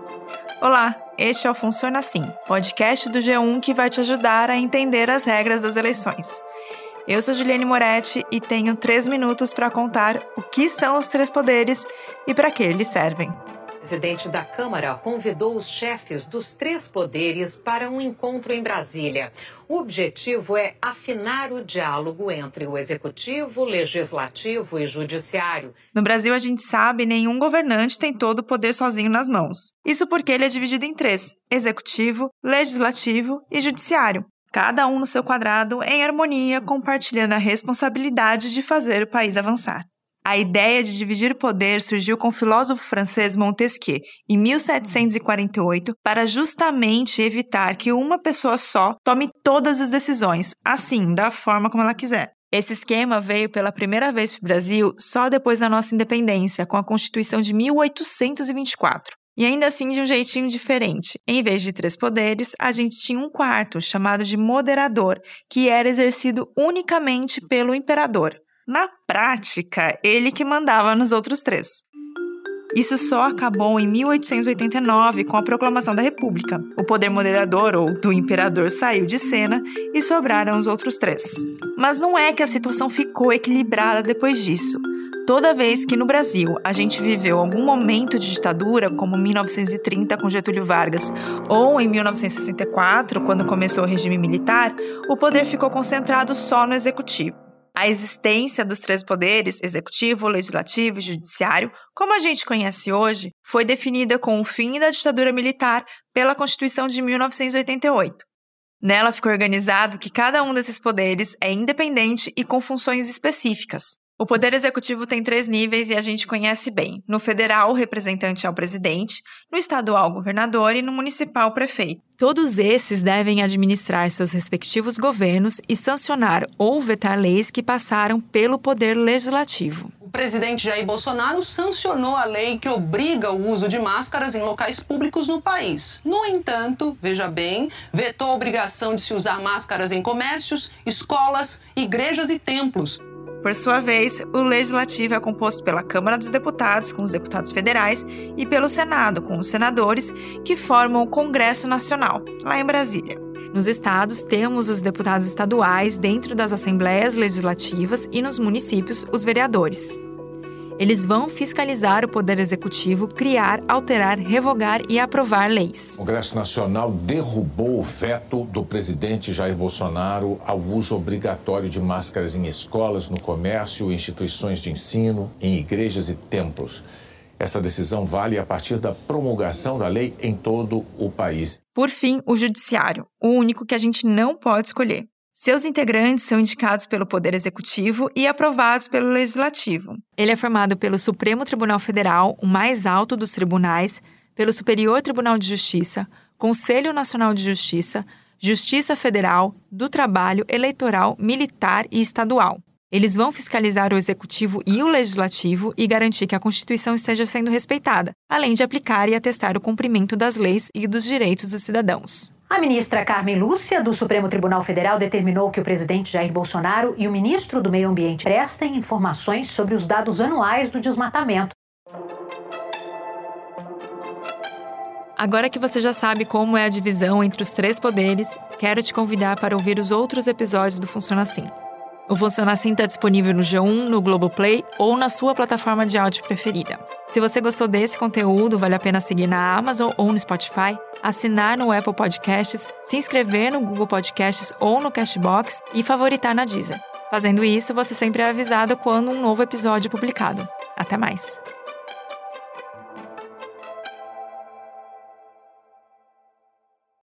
Olá, este é o Funciona Assim, podcast do G1 que vai te ajudar a entender as regras das eleições. Eu sou Juliane Moretti e tenho 3 minutos para contar o que são os 3 poderes e para que eles servem. O presidente da Câmara convidou os chefes dos 3 poderes para um encontro em Brasília. O objetivo é afinar o diálogo entre o Executivo, Legislativo e Judiciário. No Brasil, a gente sabe, nenhum governante tem todo o poder sozinho nas mãos. Isso porque ele é dividido em 3, Executivo, Legislativo e Judiciário. Cada um no seu quadrado, em harmonia, compartilhando a responsabilidade de fazer o país avançar. A ideia de dividir o poder surgiu com o filósofo francês Montesquieu, em 1748, para justamente evitar que uma pessoa só tome todas as decisões, assim, da forma como ela quiser. Esse esquema veio pela primeira vez para o Brasil só depois da nossa independência, com a Constituição de 1824. E ainda assim de um jeitinho diferente. Em vez de 3 poderes, a gente tinha um quarto, chamado de moderador, que era exercido unicamente pelo imperador. Na prática, ele que mandava nos outros 3. Isso só acabou em 1889 com a proclamação da República. O poder moderador, ou do imperador, saiu de cena e sobraram os outros 3. Mas não é que a situação ficou equilibrada depois disso. Toda vez que no Brasil a gente viveu algum momento de ditadura, como 1930 com Getúlio Vargas, ou em 1964, quando começou o regime militar, o poder ficou concentrado só no Executivo. A existência dos 3 poderes, executivo, legislativo e judiciário, como a gente conhece hoje, foi definida com o fim da ditadura militar pela Constituição de 1988. Nela ficou organizado que cada um desses poderes é independente e com funções específicas. O poder executivo tem 3 níveis e a gente conhece bem. No federal, o representante é o presidente, no estadual, o governador e no municipal, o prefeito. Todos esses devem administrar seus respectivos governos e sancionar ou vetar leis que passaram pelo poder legislativo. O presidente Jair Bolsonaro sancionou a lei que obriga o uso de máscaras em locais públicos no país. No entanto, veja bem, vetou a obrigação de se usar máscaras em comércios, escolas, igrejas e templos. Por sua vez, o Legislativo é composto pela Câmara dos Deputados, com os deputados federais, e pelo Senado, com os senadores, que formam o Congresso Nacional, lá em Brasília. Nos estados, temos os deputados estaduais dentro das assembleias legislativas e nos municípios, os vereadores. Eles vão fiscalizar o Poder Executivo, criar, alterar, revogar e aprovar leis. O Congresso Nacional derrubou o veto do presidente Jair Bolsonaro ao uso obrigatório de máscaras em escolas, no comércio, instituições de ensino, em igrejas e templos. Essa decisão vale a partir da promulgação da lei em todo o país. Por fim, o Judiciário, o único que a gente não pode escolher. Seus integrantes são indicados pelo Poder Executivo e aprovados pelo Legislativo. Ele é formado pelo Supremo Tribunal Federal, o mais alto dos tribunais, pelo Superior Tribunal de Justiça, Conselho Nacional de Justiça, Justiça Federal, do Trabalho, Eleitoral, Militar e Estadual. Eles vão fiscalizar o Executivo e o Legislativo e garantir que a Constituição esteja sendo respeitada, além de aplicar e atestar o cumprimento das leis e dos direitos dos cidadãos. A ministra Carmen Lúcia, do Supremo Tribunal Federal, determinou que o presidente Jair Bolsonaro e o ministro do Meio Ambiente prestem informações sobre os dados anuais do desmatamento. Agora que você já sabe como é a divisão entre os 3 poderes, quero te convidar para ouvir os outros episódios do Funciona Assim. O Funciona Assim está disponível no G1, no Globoplay ou na sua plataforma de áudio preferida. Se você gostou desse conteúdo, vale a pena seguir na Amazon ou no Spotify, assinar no Apple Podcasts, se inscrever no Google Podcasts ou no Castbox e favoritar na Deezer. Fazendo isso, você sempre é avisado quando um novo episódio é publicado. Até mais!